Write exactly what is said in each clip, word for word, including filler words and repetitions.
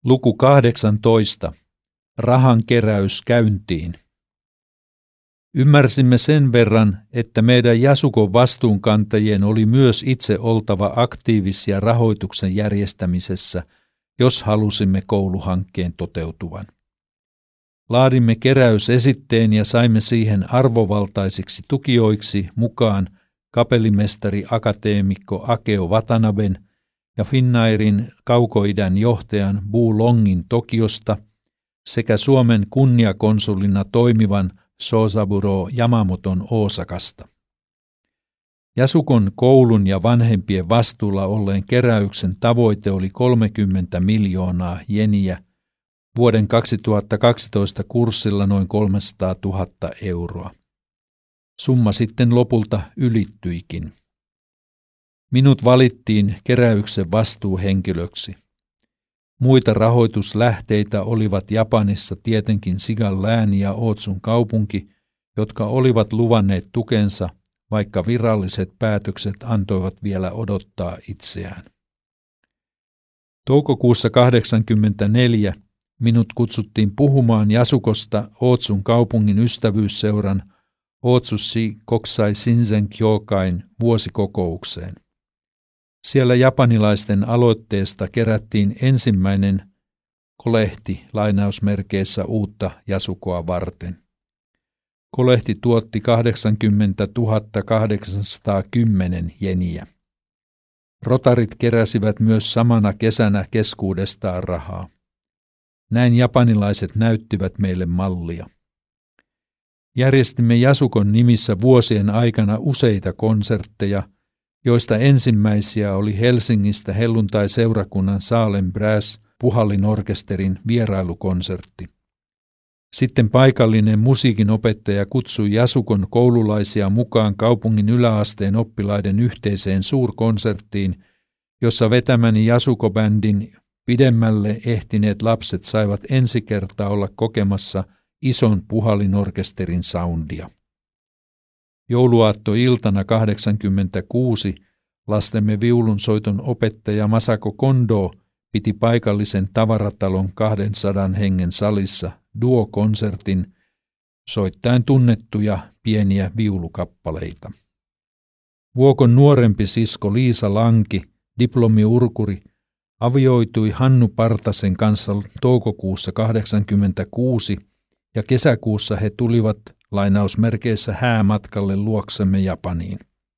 Luku kahdeksantoista. Rahan keräys käyntiin. Ymmärsimme sen verran, että meidän Yasukon vastuunkantajien oli myös itse oltava aktiivisia rahoituksen järjestämisessä, jos halusimme kouluhankkeen toteutuvan. Laadimme keräysesitteen ja saimme siihen arvovaltaisiksi tukijoiksi mukaan kapellimestari akateemikko Akeo Watanaben ja Finnairin kaukoidän johtajan Bu Longin Tokiosta sekä Suomen kunniakonsulina toimivan Shosaburo Yamamoton Osakasta. Yasukon koulun ja vanhempien vastuulla olleen keräyksen tavoite oli kolmekymmentä miljoonaa jeniä, vuoden kaksituhattakaksitoista kurssilla noin kolmesataatuhatta euroa. Summa sitten lopulta ylittyikin. Minut valittiin keräyksen vastuuhenkilöksi. Muita rahoituslähteitä olivat Japanissa tietenkin Shigan lääni ja Ootsun kaupunki, jotka olivat luvanneet tukensa, vaikka viralliset päätökset antoivat vielä odottaa itseään. Toukokuussa kahdeksankymmentäneljä minut kutsuttiin puhumaan Yasukosta Ootsun kaupungin ystävyysseuran Ootsushi Kokusai Shinsen Kyokain vuosikokoukseen. Siellä japanilaisten aloitteesta kerättiin ensimmäinen kolehti lainausmerkeissä uutta Yasukoa varten. Kolehti tuotti kahdeksankymmentätuhatta kahdeksansataakymmenen jeniä. Rotarit keräsivät myös samana kesänä keskuudestaan rahaa. Näin japanilaiset näyttivät meille mallia. Järjestimme Yasukon nimissä vuosien aikana useita konsertteja, joista ensimmäisiä oli Helsingistä helluntai-seurakunnan Salem Brass puhallinorkesterin vierailukonsertti. Sitten paikallinen musiikinopettaja kutsui Yasukon koululaisia mukaan kaupungin yläasteen oppilaiden yhteiseen suurkonserttiin, jossa vetämäni Yasuko-bändin pidemmälle ehtineet lapset saivat ensi kertaa olla kokemassa ison puhallinorkesterin soundia. Jouluaattoiltana kahdeksankymmentäkuusi lastemme viulunsoiton opettaja Masako Kondo piti paikallisen tavaratalon kahdensadan hengen salissa duokonsertin soittaen tunnettuja pieniä viulukappaleita. Vuokon nuorempi sisko Liisa Lanki, diplomiurkuri, avioitui Hannu Partasen kanssa toukokuussa kahdeksankymmentäkuusi ja kesäkuussa he tulivat lainausmerkeissä häämatkalle luoksemme Japaniin.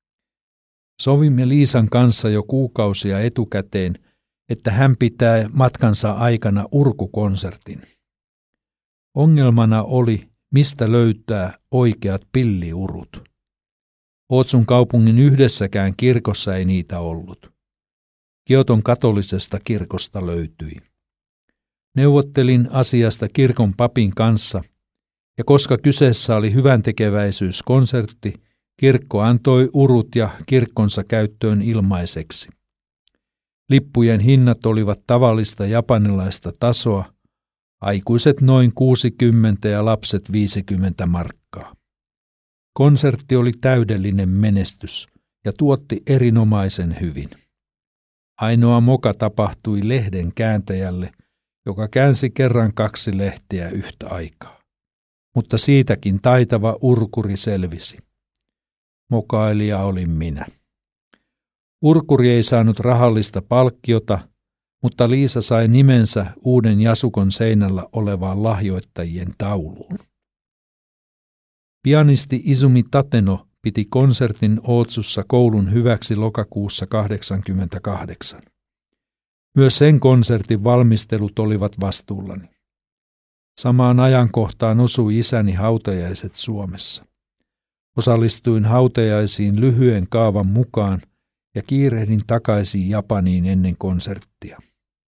Sovimme Liisan kanssa jo kuukausia etukäteen, että hän pitää matkansa aikana urkukonsertin. Ongelmana oli, mistä löytää oikeat pilliurut. Ootsun kaupungin yhdessäkään kirkossa ei niitä ollut. Kioton katolisesta kirkosta löytyi. Neuvottelin asiasta kirkon papin kanssa, ja koska kyseessä oli hyväntekeväisyyskonsertti, kirkko antoi urut ja kirkkonsa käyttöön ilmaiseksi. Lippujen hinnat olivat tavallista japanilaista tasoa, aikuiset noin kuusikymmentä ja lapset viisikymmentä markkaa. Konsertti oli täydellinen menestys ja tuotti erinomaisen hyvin. Ainoa moka tapahtui lehden kääntäjälle, joka käänsi kerran kaksi lehteä yhtä aikaa. Mutta siitäkin taitava urkuri selvisi. Mokailija olin minä. Urkuri ei saanut rahallista palkkiota, mutta Liisa sai nimensä uuden Yasukon seinällä olevaan lahjoittajien tauluun. Pianisti Izumi Tateno piti konsertin Ootsussa koulun hyväksi lokakuussa kahdeksankymmentäkahdeksan. Myös sen konsertin valmistelut olivat vastuullani. Samaan ajankohtaan osui isäni hautajaiset Suomessa. Osallistuin hautajaisiin lyhyen kaavan mukaan ja kiirehdin takaisin Japaniin ennen konserttia.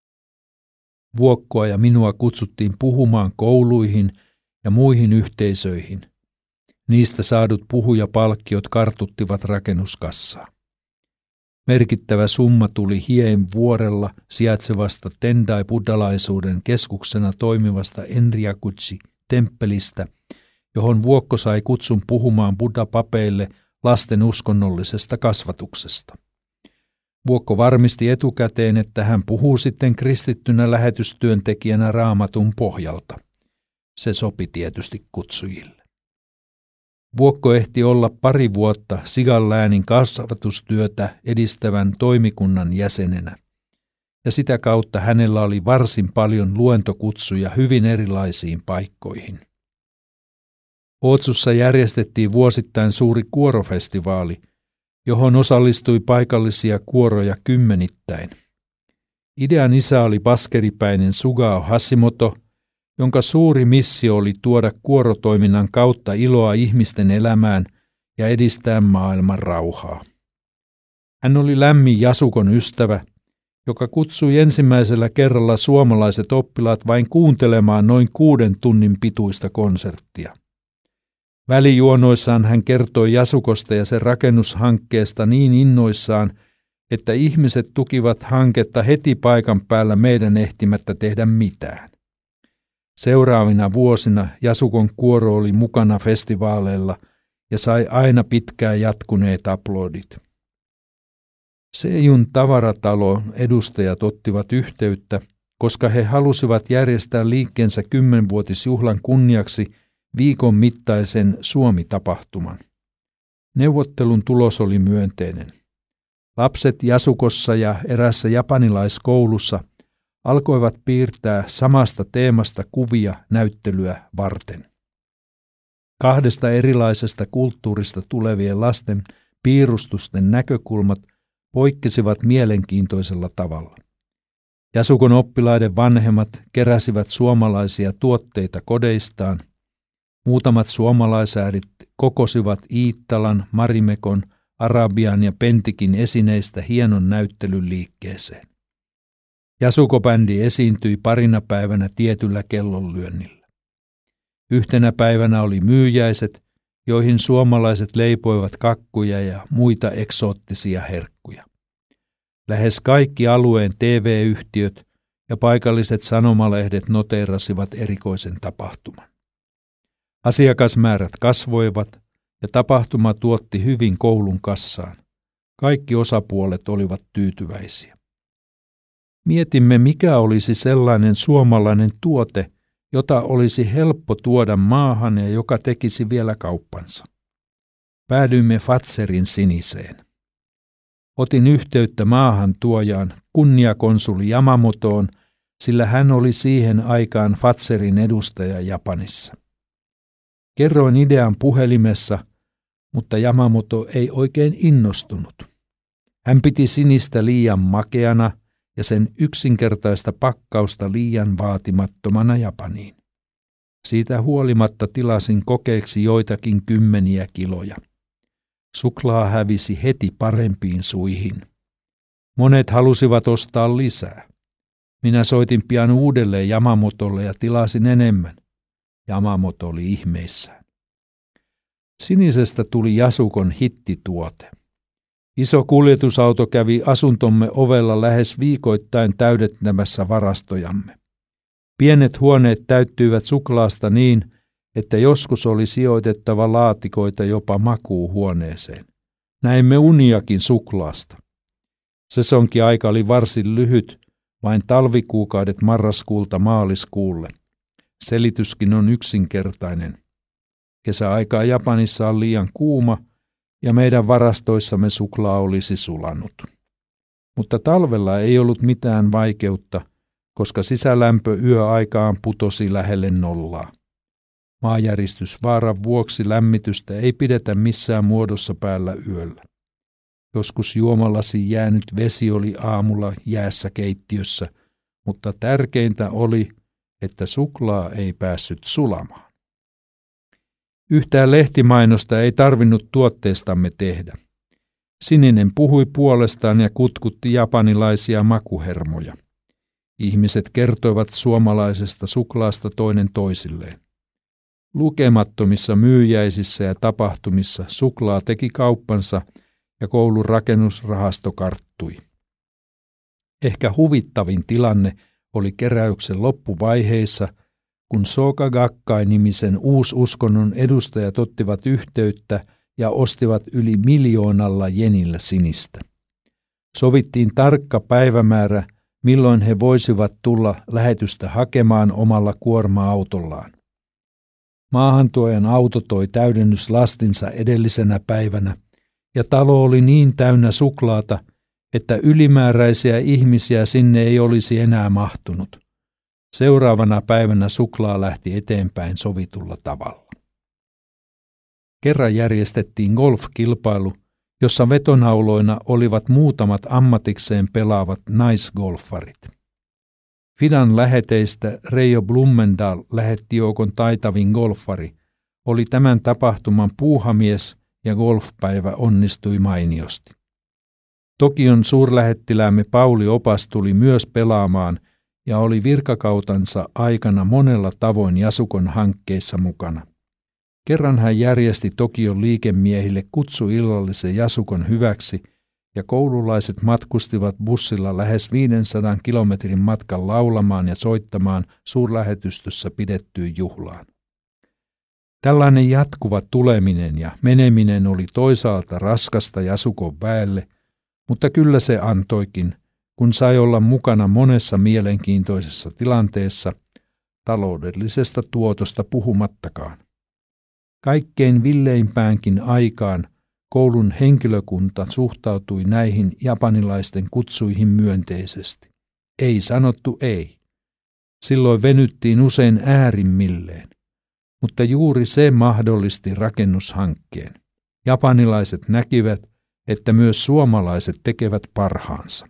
Vuokkoa ja minua kutsuttiin puhumaan kouluihin ja muihin yhteisöihin. Niistä saadut puhujapalkkiot kartuttivat rakennuskassaa. Merkittävä summa tuli Hien vuorella sijaitsevasta Tendai-buddhalaisuuden keskuksena toimivasta Enryakuji-temppelistä, johon Vuokko sai kutsun puhumaan buddha-papeille lasten uskonnollisesta kasvatuksesta. Vuokko varmisti etukäteen, että hän puhuu sitten kristittynä lähetystyöntekijänä Raamatun pohjalta. Se sopi tietysti kutsujille. Vuokko ehti olla pari vuotta Sigan läänin kasvatustyötä edistävän toimikunnan jäsenenä, ja sitä kautta hänellä oli varsin paljon luentokutsuja hyvin erilaisiin paikkoihin. Ootsussa järjestettiin vuosittain suuri kuorofestivaali, johon osallistui paikallisia kuoroja kymmenittäin. Idean isä oli baskeripäinen Sugao Hashimoto, jonka suuri missio oli tuoda kuorotoiminnan kautta iloa ihmisten elämään ja edistää maailman rauhaa. Hän oli lämmin Yasukon ystävä, joka kutsui ensimmäisellä kerralla suomalaiset oppilaat vain kuuntelemaan noin kuuden tunnin pituista konserttia. Välijuonoissaan hän kertoi Yasukosta ja sen rakennushankkeesta niin innoissaan, että ihmiset tukivat hanketta heti paikan päällä meidän ehtimättä tehdä mitään. Seuraavina vuosina Yasukon kuoro oli mukana festivaaleilla ja sai aina pitkään jatkuneet aplodit. Seijun tavaratalon edustajat ottivat yhteyttä, koska he halusivat järjestää liikkeensä kymmenvuotisjuhlan kunniaksi viikon mittaisen Suomi-tapahtuman. Neuvottelun tulos oli myönteinen. Lapset Yasukossa ja erässä japanilaiskoulussa alkoivat piirtää samasta teemasta kuvia näyttelyä varten. Kahdesta erilaisesta kulttuurista tulevien lasten piirustusten näkökulmat poikkesivat mielenkiintoisella tavalla. Yasukon oppilaiden vanhemmat keräsivät suomalaisia tuotteita kodeistaan. Muutamat suomalaisäädit kokosivat Iittalan, Marimekon, Arabian ja Pentikin esineistä hienon näyttelyn liikkeeseen. Yasuko-bändi esiintyi parina päivänä tietyllä kellonlyönnillä. Yhtenä päivänä oli myyjäiset, joihin suomalaiset leipoivat kakkuja ja muita eksoottisia herkkuja. Lähes kaikki alueen T V-yhtiöt ja paikalliset sanomalehdet noteerasivat erikoisen tapahtuman. Asiakasmäärät kasvoivat ja tapahtuma tuotti hyvin koulun kassaan. Kaikki osapuolet olivat tyytyväisiä. Mietimme, mikä olisi sellainen suomalainen tuote, jota olisi helppo tuoda maahan ja joka tekisi vielä kauppansa. Päädyimme Fatserin siniseen. Otin yhteyttä maahan tuojaan kunniakonsuli Yamamotoon, sillä hän oli siihen aikaan Fatserin edustaja Japanissa. Kerroin idean puhelimessa, mutta Yamamoto ei oikein innostunut. Hän piti sinistä liian makeana ja sen yksinkertaista pakkausta liian vaatimattomana Japaniin. Siitä huolimatta tilasin kokeeksi joitakin kymmeniä kiloja. Suklaa hävisi heti parempiin suihin. Monet halusivat ostaa lisää. Minä soitin pian uudelleen Yamamotolle ja tilasin enemmän. Yamamoto oli ihmeissään. Sinisestä tuli Yasukon hittituote. Iso kuljetusauto kävi asuntomme ovella lähes viikoittain täydentämässä varastojamme. Pienet huoneet täyttyivät suklaasta niin, että joskus oli sijoitettava laatikoita jopa makuuhuoneeseen. Näimme uniakin suklaasta. Sesonkiaika oli varsin lyhyt, vain talvikuukaudet marraskuulta maaliskuulle. Selityskin on yksinkertainen. Kesäaikaa Japanissa on liian kuuma ja meidän varastoissamme suklaa olisi sulanut. Mutta talvella ei ollut mitään vaikeutta, koska sisälämpö yöaikaan putosi lähelle nollaa. Maanjäristysvaaran vuoksi lämmitystä ei pidetä missään muodossa päällä yöllä. Joskus juomalasi jäänyt vesi oli aamulla jäässä keittiössä, mutta tärkeintä oli, että suklaa ei päässyt sulamaan. Yhtään lehtimainosta ei tarvinnut tuotteestamme tehdä. Sininen puhui puolestaan ja kutkutti japanilaisia makuhermoja. Ihmiset kertoivat suomalaisesta suklaasta toinen toisilleen. Lukemattomissa myyjäisissä ja tapahtumissa suklaa teki kauppansa ja koulun rakennusrahasto karttui. Ehkä huvittavin tilanne oli keräyksen loppuvaiheissa, kun Soka Gakkai-nimisen uususkonnon edustajat ottivat yhteyttä ja ostivat yli miljoonalla jenillä sinistä. Sovittiin tarkka päivämäärä, milloin he voisivat tulla lähetystä hakemaan omalla kuorma-autollaan. Maahantuojan auto toi täydennyslastinsa edellisenä päivänä, ja talo oli niin täynnä suklaata, että ylimääräisiä ihmisiä sinne ei olisi enää mahtunut. Seuraavana päivänä suklaa lähti eteenpäin sovitulla tavalla. Kerran järjestettiin golfkilpailu, jossa vetonauloina olivat muutamat ammatikseen pelaavat naisgolfarit. Fidan läheteistä Reijo Blumendahl lähetti joukon taitavin golfari, oli tämän tapahtuman puuhamies ja golfpäivä onnistui mainiosti. Tokion suurlähettiläämme Pauli Opas tuli myös pelaamaan ja oli virkakautansa aikana monella tavoin Yasukon hankkeissa mukana. Kerran hän järjesti Tokion liikemiehille kutsuillallisen Yasukon hyväksi, ja koululaiset matkustivat bussilla lähes viidensadan kilometrin matkan laulamaan ja soittamaan suurlähetystössä pidettyyn juhlaan. Tällainen jatkuva tuleminen ja meneminen oli toisaalta raskasta Yasukon väelle, mutta kyllä se antoikin, kun sai olla mukana monessa mielenkiintoisessa tilanteessa, taloudellisesta tuotosta puhumattakaan. Kaikkein villeimpäänkin aikaan koulun henkilökunta suhtautui näihin japanilaisten kutsuihin myönteisesti. Ei sanottu ei. Silloin venyttiin usein äärimmilleen, mutta juuri se mahdollisti rakennushankkeen. Japanilaiset näkivät, että myös suomalaiset tekevät parhaansa.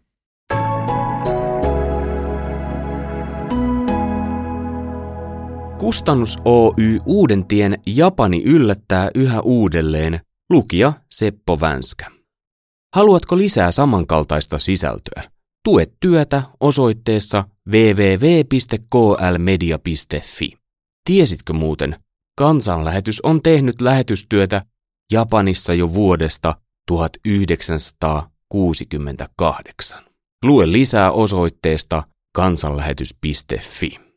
Kustannus Oy Uudentien Japani yllättää yhä uudelleen. Lukija Seppo Vänskä. Haluatko lisää samankaltaista sisältöä? Tue työtä osoitteessa double-u double-u double-u piste k l media piste f i. Tiesitkö muuten, Kansanlähetys on tehnyt lähetystyötä Japanissa jo vuodesta tuhatyhdeksänsataakuusikymmentäkahdeksan. Lue lisää osoitteesta kansanlähetys piste f i.